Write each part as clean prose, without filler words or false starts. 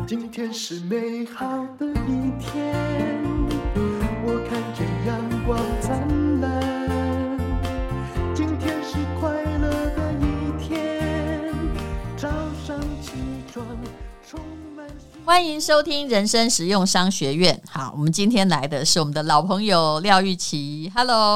今天是美好的一天，我看见阳光灿烂。今天是快乐的一天，早上起床充满希望。 欢迎收听人生实用商学院。好，我们今天来的是我们的老朋友廖玉琪。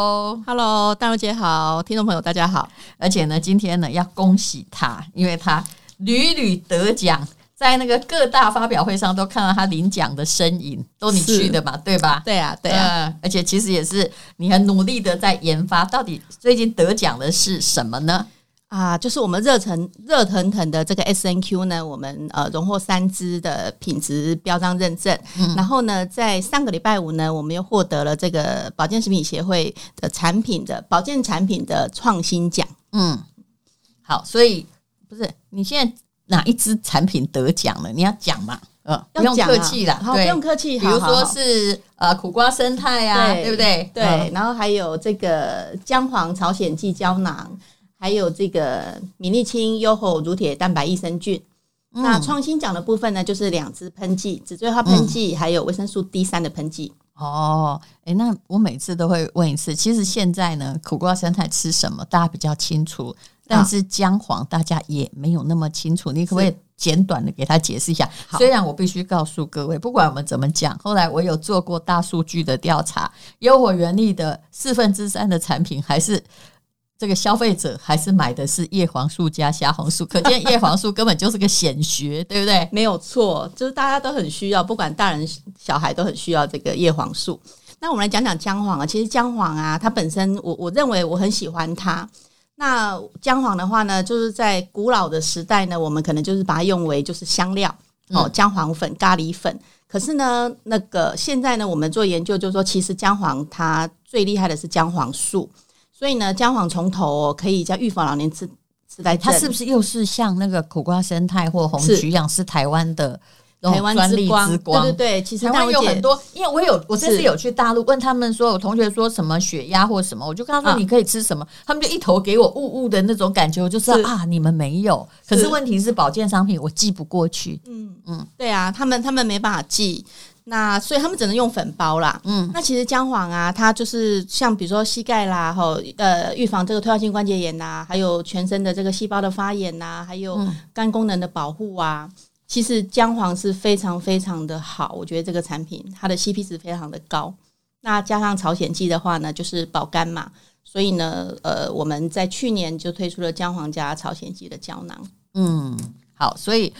Hello， 大如姐好，听众朋友大家好。 而且呢，今天呢要恭喜他，因为他屡屡得奖，在那个各大发表会上都看到他领奖的身影，都你去的嘛，对吧？ 对啊，对啊。 而且其实也是你很努力的在研发，到底最近得奖的是什么呢？ 就是我们热腾腾的这个 SNQ 呢，我们荣获3支的品质标章认证。然后呢，在上个礼拜五呢，我们又获得了这个保健食品协会的保健产品的创新奖。 好，所以不是你现在哪一支产品得奖了？你要讲嘛？不用客气啦， 好，不用客气。 比如说是苦瓜生态啊，对不对？ 对，然后还有这个姜黄朝鲜蓟胶囊。还有这个米粒清优厚乳铁蛋白益生菌。那创新奖的部分呢，就是2支喷剂，紫锥花喷剂，还有维生素 D3 的喷剂。 那我每次都会问一次，其实现在呢，苦瓜生态吃什么大家比较清楚，但是姜黄大家也没有那么清楚，你可不可以简短的给他解释一下？虽然我必须告诉各位，不管我们怎么讲，后来我有做过大数据的调查，优活原力的3/4的产品还是这个消费者还是买的是叶黄素加虾红素，可见叶黄素根本就是个显学，对不对？ 没有错，就是大家都很需要，不管大人小孩都很需要这个叶黄素。那我们来讲讲姜黄啊，其实姜黄啊，它本身我认为我很喜欢它。那姜黄的话呢，就是在古老的时代呢，我们可能就是把它用为就是香料姜黄粉、咖喱粉。可是呢，那个现在呢，我们做研究就是说，其实姜黄它最厉害的是姜黄素。所以呢，姜黄从头可以叫预防老年痴呆症。 它是不是又是像那个苦瓜生态或红曲一样，是台湾的台湾之光？对对对，其实台湾有很多，因为我这次有去大陆问他们说，我同学说什么血压或什么，我就跟他说你可以吃什么，他们就一头给我雾雾的那种感觉，我就知道你们没有。可是问题是保健商品我记不过去。 对啊，他们没办法记。那所以他们只能用粉包啦。那其实姜黄啊，它就是像比如说膝盖啦，预防这个退化性关节炎呐，还有全身的这个细胞的发炎呐，还有肝功能的保护啊。其实姜黄是非常非常的好，我觉得这个产品它的 CP 值非常的高。那加上朝鲜蓟的话呢，就是保肝嘛，所以呢，我们在去年就推出了姜黄加朝鲜蓟的胶囊。 好，所以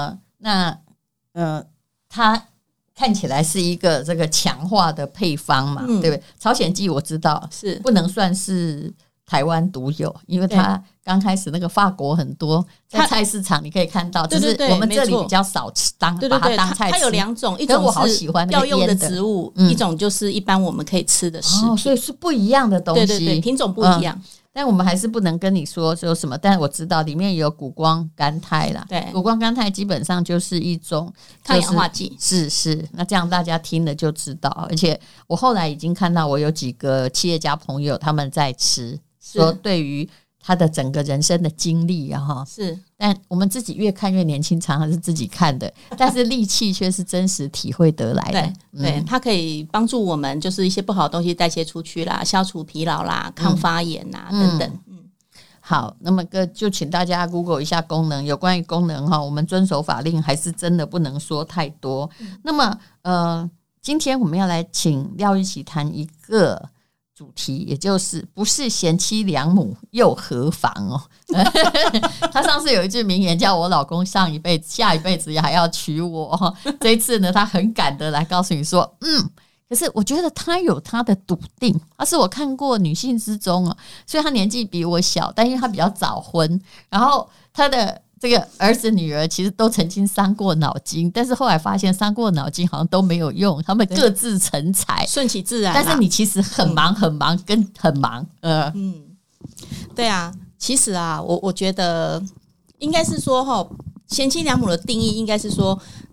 它看起来是一个这个强化的配方嘛，对不对？朝鲜蓟我知道是不能算是台湾独有，因为它刚开始那个法国很多在菜市场你可以看到，只是我们这里比较少吃，把它当菜吃。 它有2种，一种是要用的植物，一种就是一般我们可以吃的食品， 所以是不一样的东西。 对，品种不一样。 但我们还是不能跟你说有什么，但我知道里面有谷胱甘肽啦。 对， 谷胱甘肽基本上就是一种抗氧化剂。 是，那这样大家听了就知道。而且我后来已经看到，我有几个企业家朋友他们在吃，说对于他的整个人生的经历啊， 是。 但我们自己越看越年轻，常常是自己看的，但是力气却是真实体会得来的。 对，它可以帮助我们，就是一些不好的东西代谢出去啦，消除疲劳啦，抗发炎啦等等。 好，那么就请大家 Google 一下功能，有关于功能我们遵守法令，还是真的不能说太多。那么今天我们要来请廖玉琪谈一个主题，也就是不是贤妻良母又何妨他上次有一句名言叫我老公上一辈子下一辈子也还要娶我这一次呢他很敢的来告诉你说可是我觉得他有他的笃定，他是我看过女性之中所以他年纪比我小，但因为他比较早婚，然后他的这个儿子女儿其实都曾经伤过脑筋，但是后来发现伤过脑筋好像都没有用，他们各自成才， 顺其自然。 但是你其实很忙跟很忙对啊，其实啊我觉得应该是说贤妻良母的定义应该是说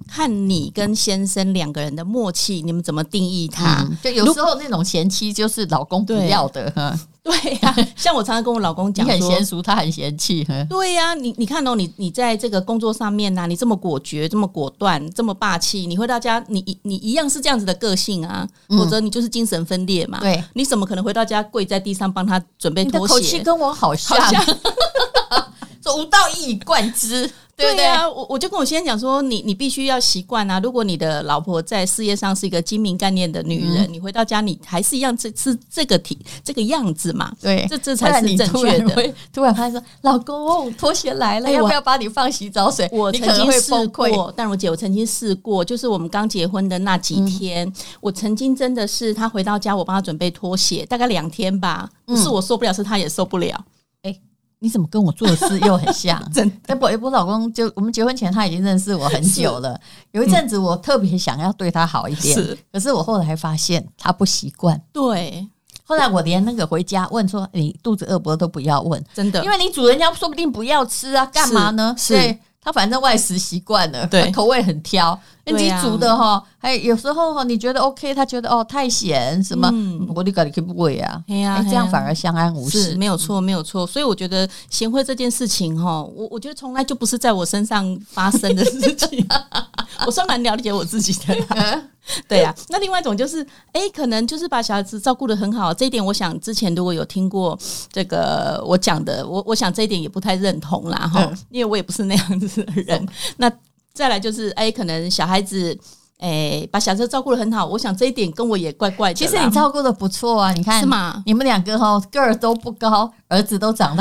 看你跟先生两个人的默契，你们怎么定义他？ 就有时候那种前妻就是老公不要的， 对呀、像我常常跟我老公讲说， 你很娴熟，他很嫌弃。 对呀、你看哦，你在这个工作上面啊，你这么果决，这么果断，这么霸气，你回到家，你一样是这样子的个性啊，否则你就是精神分裂嘛。 对， 你怎么可能回到家跪在地上帮他准备拖鞋？ 你的口气跟我好像，说无道一以贯之。对不对啊，我就跟我先生讲说，你必须要习惯啊。如果你的老婆在事业上是一个精明干练的女人，你回到家你还是一样是这个样子嘛？ 对， 这才是正确的。 突然发现说，老公拖鞋来了，要不要帮你放洗澡水？ 我曾经试过，但我姐我曾经试过，就是我们刚结婚的那几天，我曾经真的是他回到家，我帮他准备拖鞋，大概2天吧，不是我受不了，是他也受不了。 你怎么跟我做的事又很像？ 真的， 我老公就我们结婚前他已经认识我很久了，有一阵子我特别想要对他好一点，可是我后来发现他不习惯。 对， 后来我连那个回家问说你肚子饿不饿都不要问， 真的， 因为你煮人家说不定不要吃啊，干嘛呢？对。他反正外食习惯了，对，口味很挑。自己煮的哈，还有时候你觉得 OK， 他觉得太咸什么，我就搞你不会啊，这样反而相安无事， 是没有错，没有错。所以我觉得贤惠这件事情哈，我觉得从来就不是在我身上发生的事情，我算蛮了解我自己的啦。对啊，那另外一种就是，可能就是把小孩子照顾得很好，这一点我想之前如果有听过这个我讲的，我想这一点也不太认同啦哈，因为我也不是那样子的人。那再来就是，可能小孩子，把小孩子照顾得很好，我想这一点跟我也怪怪的。 其实你照顾得不错啊，你看，是吗？你们两个个儿都不高，儿子都长到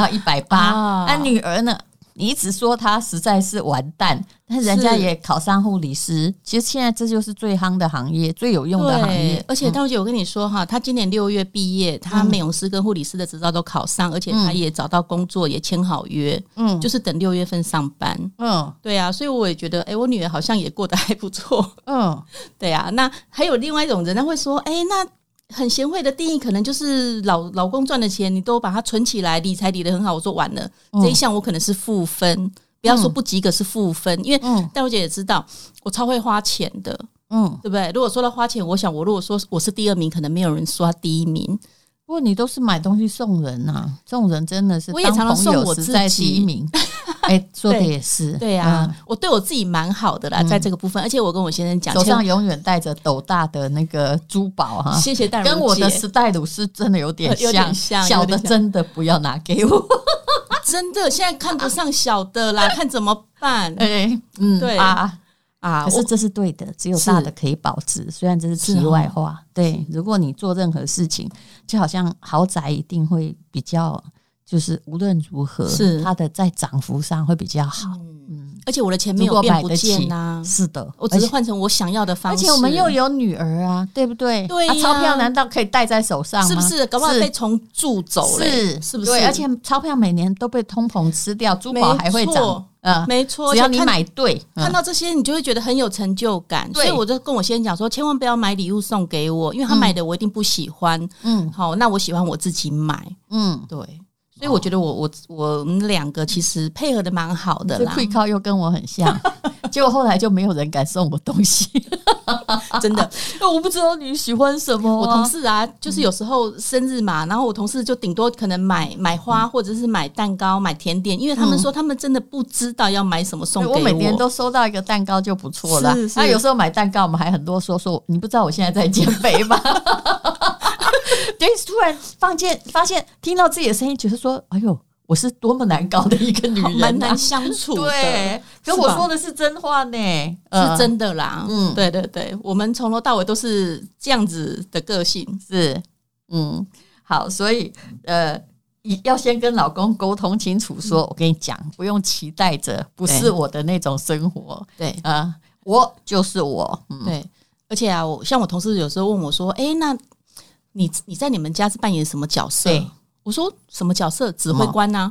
180，女儿呢？你一直说他实在是完蛋，但人家也考上护理师。其实现在这就是最夯的行业，最有用的行业。 而且大姐，我跟你说哈，他今年6月毕业，他美容师跟护理师的执照都考上，而且他也找到工作，也签好约，就是等6月份上班。对啊，所以我也觉得，我女儿好像也过得还不错。对啊。那还有另外一种人，他会说，那很贤惠的定义可能就是老公赚的钱你都把它存起来，理财理得很好。我说完了，这一项我可能是负分，不要说不及格，是负分。因为戴茹姐也知道我超会花钱的，对不对？如果说到花钱，我想我如果说我是第2名，可能没有人说他第1名。 不过你都是买东西送人啊，送人真的是我也常常送我自己， 在第1名。说的也是， 对啊，我对我自己蛮好的啦，在这个部分，而且我跟我先生讲， 手上永远带着斗大的那个珠宝哈， 谢谢戴茹姐， 跟我的时代鲁是真的有点像，小的真的不要拿给我， 真的现在看不上小的啦，看怎么办？对可是这是对的，只有大的可以保值。虽然这是题外话，对，如果你做任何事情，就好像豪宅一定会比较。就是无论如何，是它的在涨幅上会比较好。 而且我的钱没有变不见啊， 是的， 我只是换成我想要的方式。 而且我们又有女儿啊，对不对？ 对呀， 钞票难道可以带在手上吗？ 是不是？搞不好被重铸走了，是不是？ 对，而且钞票每年都被通膨吃掉，珠宝还会涨。 没错， 只要你买对， 看到这些你就会觉得很有成就感。所以我就跟我先生讲说，千万不要买礼物送给我，因为他买的我一定不喜欢。好，那我喜欢我自己买。对。所以我觉得我们两个其实配合的蛮好的啦。 这会靠又跟我很像，结果后来就没有人敢送我东西， 真的。 我不知道你喜欢什么。 我同事啊，就是有时候生日嘛，然后我同事就顶多可能买花，或者是买蛋糕、买甜点，因为他们说他们真的不知道要买什么送给我。 我每年都收到一个蛋糕就不错了。那有时候买蛋糕，我们还很多说你不知道我现在在减肥吗？对，突然发现听到自己的声音，觉得说：“哎呦，我是多么难搞的一个女人， 蛮难相处的。” 对，可我说的是真话呢， 是真的啦。对对对，我们从头到尾都是这样子的个性， 是好，所以要先跟老公沟通清楚，说我跟你讲，不用期待着不是我的那种生活。 对我就是我。 对，而且啊，像我同事有时候问我说：“那你在你们家是扮演什么角色？”我说：“什么角色？指挥官啊。”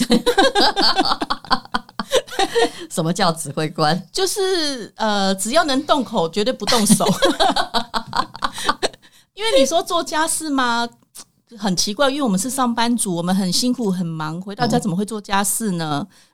什么叫指挥官？ 就是只要能动口，绝对不动手。因为你说做家事吗？很奇怪，因为我们是上班族，我们很辛苦很忙，回到家怎么会做家事呢？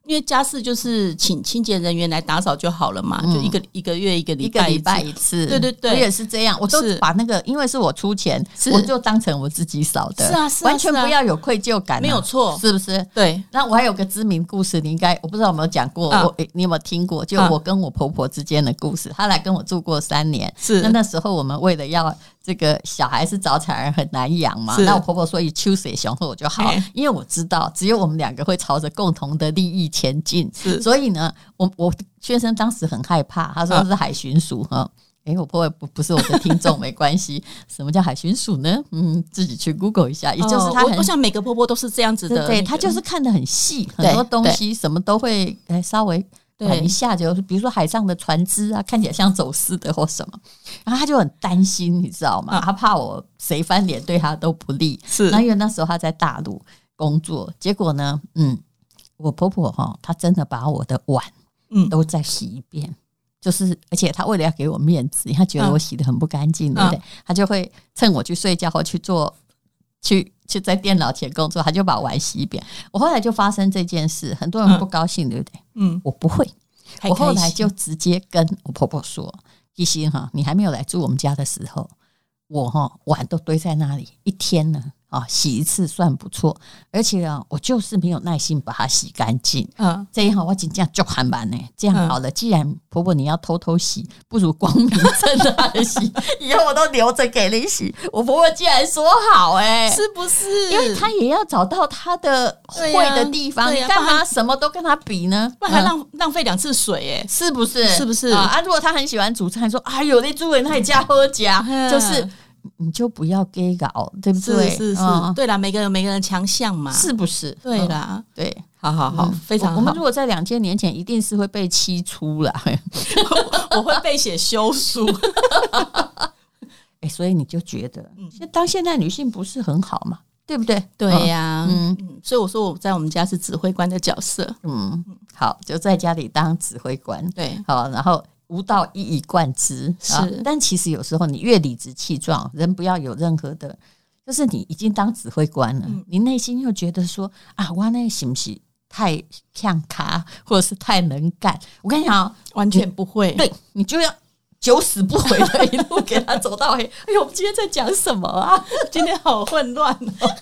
因为家事就是请清洁人员来打扫就好了嘛，就一个月一个礼拜一次。 对对对， 我也是这样，我都把那个，因为是我出钱，我就当成我自己扫的。 是啊， 完全不要有愧疚感， 没有错， 是不是？ 对。 那我还有个知名故事，你应该我不知道有没有讲过，你有没有听过？就我跟我婆婆之间的故事。她来跟我住过3年， 是那时候我们为了要这个小孩是早产儿很难养嘛，那我婆婆说以秋水雄厚就好，因为我知道只有我们2个会朝着共同的利益前进，所以呢，我先生当时很害怕，他说是海巡署哈。我婆婆不是我的听众，没关系。什么叫海巡署呢？自己去 Google 一下。也就是她我想每个婆婆都是这样子的， 对，她就是看得很细，很多东西什么都会稍微一下就，比如说海上的船只啊，看起来像走私的或什么，然后她就很担心，你知道吗？她怕我谁翻脸对她都不利。 是， 那因为那时候她在大陆工作，结果呢，我婆婆她真的把我的碗都再洗一遍。就是而且他为了要给我面子，他觉得我洗得很不干净，对不对？他就会趁我去睡觉或去在电脑前工作，他就把碗洗一遍。我后来就发生这件事，很多人不高兴，对不对？我不会，我后来就直接跟我婆婆说：“一心哈，你还没有来住我们家的时候，我碗都堆在那里，一天呢洗一次算不错，而且我就是没有耐心把它洗干净。这样我真的就很慢呢。这样好了，既然婆婆你要偷偷洗，不如光明正大的洗，以后我都留着给你洗。我婆婆竟然说好， 是不是？ 因为她也要找到她的会的地方，你干嘛什么都跟她比呢？ 不然还浪费2次水， 是不是？ 是不是如果她很喜欢煮菜，说哎呦，那煮人她也加喝加，就是。你就不要给搞，对不对？ 是，对啦，每个人强项嘛， 是不是？ 对啦， 对， 好，非常好。 我们如果在2000年前，一定是会被欺出啦， 我会被写休书。 所以你就觉得，当现在女性不是很好嘛，对不对？ 对呀，所以我说我在我们家是指挥官的角色， 好，就在家里当指挥官， 对， 好，然后。无道一以贯之，是，但其实有时候你越理直气壮，人不要有任何的，就是你已经当指挥官了，你内心又觉得说我那是不是太强卡，或者是太能干？我跟你讲， 完全不会， 对你就要九死不悔的一路给他走到黑。哎呦，我们今天在讲什么啊？ 今天好混乱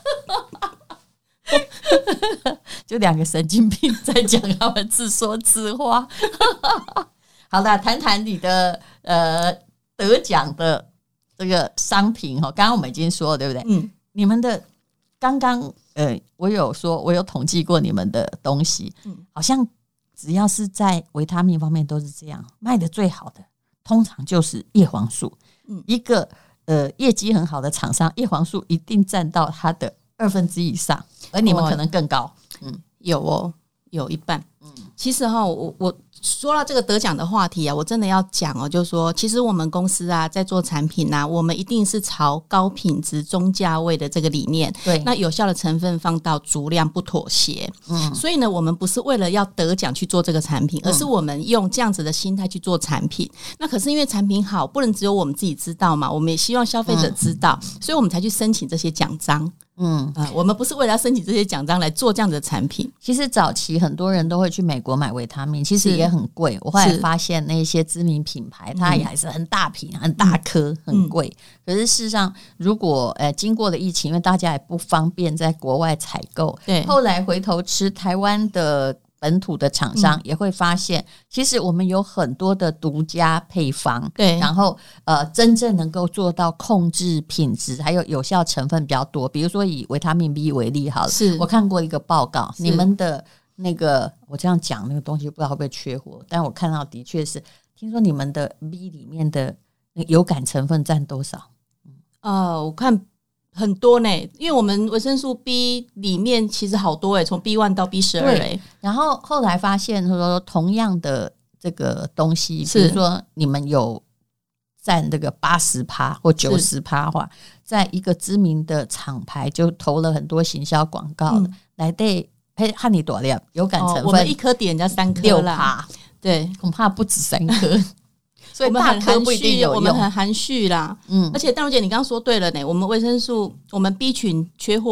就2个神经病在讲他们自说自话。好的，谈谈你的得奖的这个商品刚刚我们已经说了，对不对？你们的刚刚我有说，我有统计过你们的东西，好像只要是在维他命方面都是这样，卖的最好的通常就是叶黄素。一个业绩很好的厂商，叶黄素一定占到它的1/2以上，而你们可能更高。 有一半。其实我说到这个得奖的话题我真的要讲就是说，其实我们公司在做产品我们一定是朝高品质中价位的这个理念， 对， 那有效的成分放到足量，不妥协。所以呢，我们不是为了要得奖去做这个产品，而是我们用这样子的心态去做产品。那可是因为产品好，不能只有我们自己知道嘛，我们也希望消费者知道，所以我们才去申请这些奖章。我们不是为了要申请这些奖章来做这样的产品。 其实早期很多人都会去美国买维他命，其实也很贵。我后来发现那些知名品牌，它也还是很大瓶、很大颗、很贵。可是事实上，如果经过了疫情，因为大家也不方便在国外采购， 对， 后来回头吃台湾的本土的厂商也会发现，其实我们有很多的独家配方， 对， 然后真正能够做到控制品质，还有有效成分比较多。比如说以维他命 B 为例好了， 是我看过一个报告，你们的那个我这样讲那个东西不知道会不会缺货，但我看到的确是，听说你们的 B 里面的有感成分占多少？ 我看很多呢，因为我们维生素 B 里面其实好多从 B1 到 B12 然后后来发现说同样的这个东西，比如说你们有占这个 80% 或 90% 的话，在一个知名的厂牌就投了很多行销广告来对和你多量有感成分， 我们一颗点人家3颗啦 ，6%， 对， 恐怕不止3颗。所以大颗不一定有用， 我们很含蓄啦。而且淡如姐，你刚刚说对了呢，我们维生素，我们 B 群缺货呢，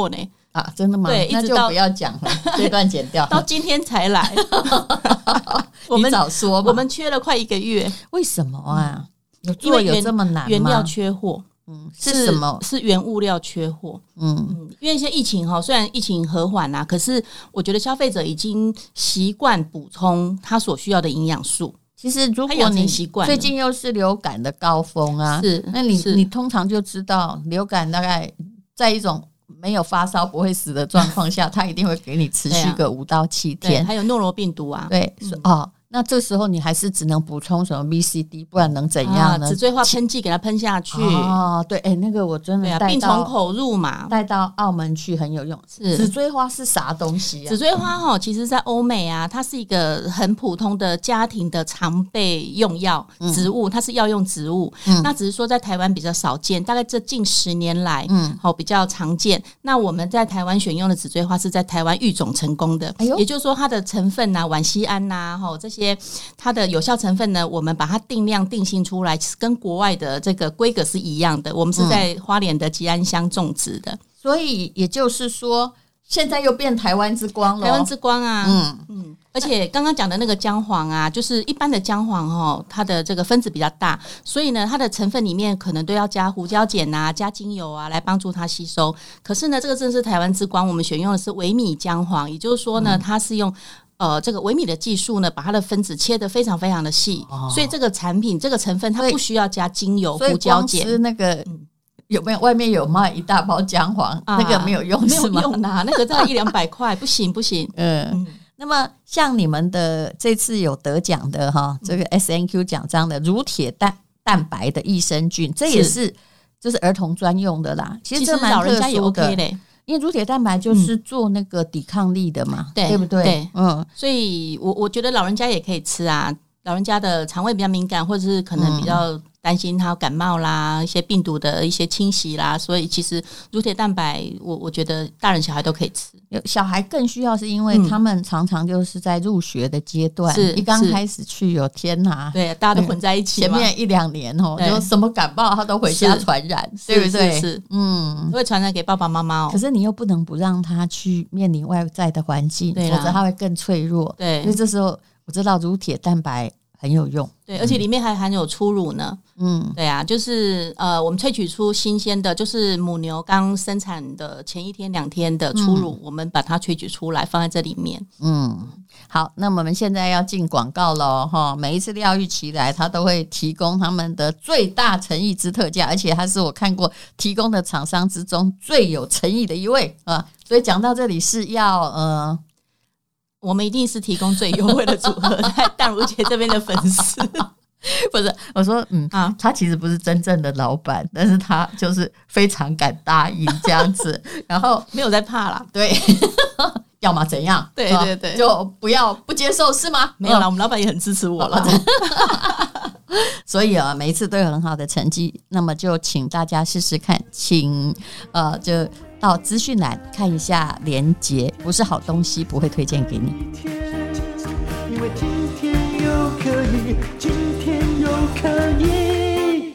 啊，真的吗？ 对， 那就不要讲了，这段剪掉。 到今天才来， 你早说嘛。 我们缺了快1个月， 为什么啊？有这么难吗？ 原料缺货。 是什么？ 是原物料缺货。因为现在疫情虽然疫情和缓可是我觉得消费者已经习惯补充他所需要的营养素。 其实如果你最近又是流感的高峰啊，那你通常就知道流感大概在一种没有发烧不会死的状况下，它一定会给你持续个5到7天。 还有诺罗病毒啊， 对，那这时候你还是只能补充什么 VCD， 不然能怎样呢？ 紫锥花喷剂给它喷下去。 对，那个我真的带到病从口入嘛， 带到澳门去很有用。紫锥花是啥东西啊？ 紫锥花其实在欧美啊，它是一个很普通的家庭的常备用药植物，它是药用植物。那只是说在台湾比较少见，大概这近10年来比较常见。那我们在台湾选用的紫锥花是在台湾育种成功的，也就是说它的成分烷西胺这些它的有效成分呢，我们把它定量定性出来，跟国外的这个规格是一样的。我们是在花莲的吉安乡种植的， 所以也就是说，现在又变台湾之光了。 台湾之光啊，而且刚刚讲的那个姜黄啊，就是一般的姜黄它的这个分子比较大，所以呢，它的成分里面可能都要加胡椒碱啊、加精油啊来帮助它吸收。可是呢，这个真的是台湾之光，我们选用的是微米姜黄，也就是说呢，它是用这个微米的技术呢，把它的分子切得非常非常的细，所以这个产品这个成分它不需要加精油、胡椒碱。 所以那个有没有外面有卖一大包姜黄，那个没有用是吗？ 没有用那个大概100-200块，不行。 那么像你们的这次有得奖的这个 SNQ 奖章的乳铁蛋白的益生菌，这也是就是儿童专用的啦。其实这蛮特殊的，老人家也 OK 嘞。因为乳铁蛋白就是做那个抵抗力的嘛，对不对？ 对，所以我觉得老人家也可以吃啊。老人家的肠胃比较敏感，或者是可能比较担心他感冒啦、一些病毒的一些侵袭啦，所以其实乳铁蛋白，我觉得大人小孩都可以吃。 小孩更需要，是因为他们常常就是在入学的阶段，一刚开始去有天哪， 对，大家都混在一起， 前面1-2年就什么感冒他都回家传染，对不对？ 是，会传染给爸爸妈妈。 可是你又不能不让他去面临外在的环境，否则他会更脆弱。 对， 所以这时候我知道乳铁蛋白很有用， 对，而且里面还含有初乳呢。对啊，就是我们萃取出新鲜的，就是母牛刚生产的前1天2天的初乳，我们把它萃取出来放在这里面。 好，那我们现在要进广告了每一次廖玉琪来，他都会提供他们的最大诚意之特价，而且他是我看过提供的厂商之中最有诚意的一位所以讲到这里是要我们一定是提供最优惠的组合在淡如姐这边的粉丝。 不是，我说他其实不是真正的老板，但是他就是非常敢答应这样子，然后没有在怕啦， 对，要么怎样， 对对对， 就不接受是吗？ 没有啦，我们老板也很支持我啦。 所以每一次都有很好的成绩，那么就请大家试试看，请就到资讯栏看一下连结，不是好东西不会推荐给你。 因为今天又可以，今天又可以。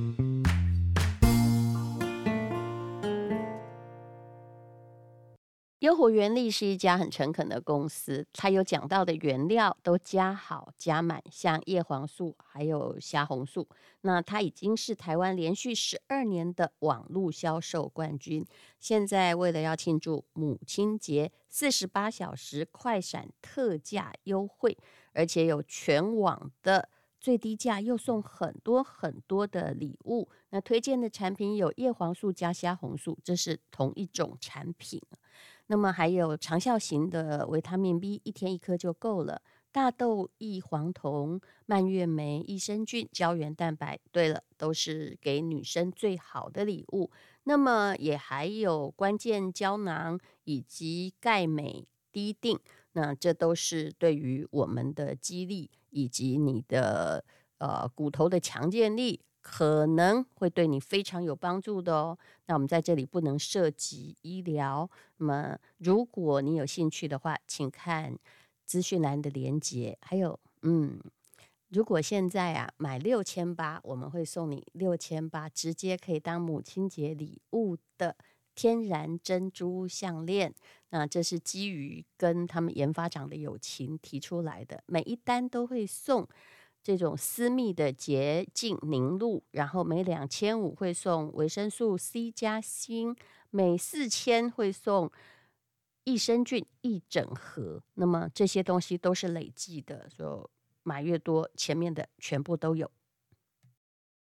优活原力是一家很诚恳的公司，它有讲到的原料都加好加满，像叶黄素还有虾红素。那它已经是台湾连续12年的网络销售冠军。现在为了要庆祝母亲节，48小时快闪特价优惠，而且有全网的最低价，又送很多很多的礼物。那推荐的产品有叶黄素加虾红素，这是同一种产品。那么还有长效型的维他命 B， 1天1颗就够了。大豆异黄酮、蔓越莓、益生菌、胶原蛋白，对了，都是给女生最好的礼物。那么也还有关键胶囊以及钙镁滴定，那这都是对于我们的肌力以及你的骨头的强健力可能会对你非常有帮助的哦。那我们在这里不能涉及医疗，那么如果你有兴趣的话，请看资讯栏的连结。还有如果现在买6800，我们会送你6800，直接可以当母亲节礼物的天然珍珠项链。那这是基于跟他们研发长的友情提出来的，每一单都会送这种私密的洁净凝露，然后每2500会送维生素 C 加锌，每4000会送益生菌1整盒。那么这些东西都是累计的，所以买越多，前面的全部都有。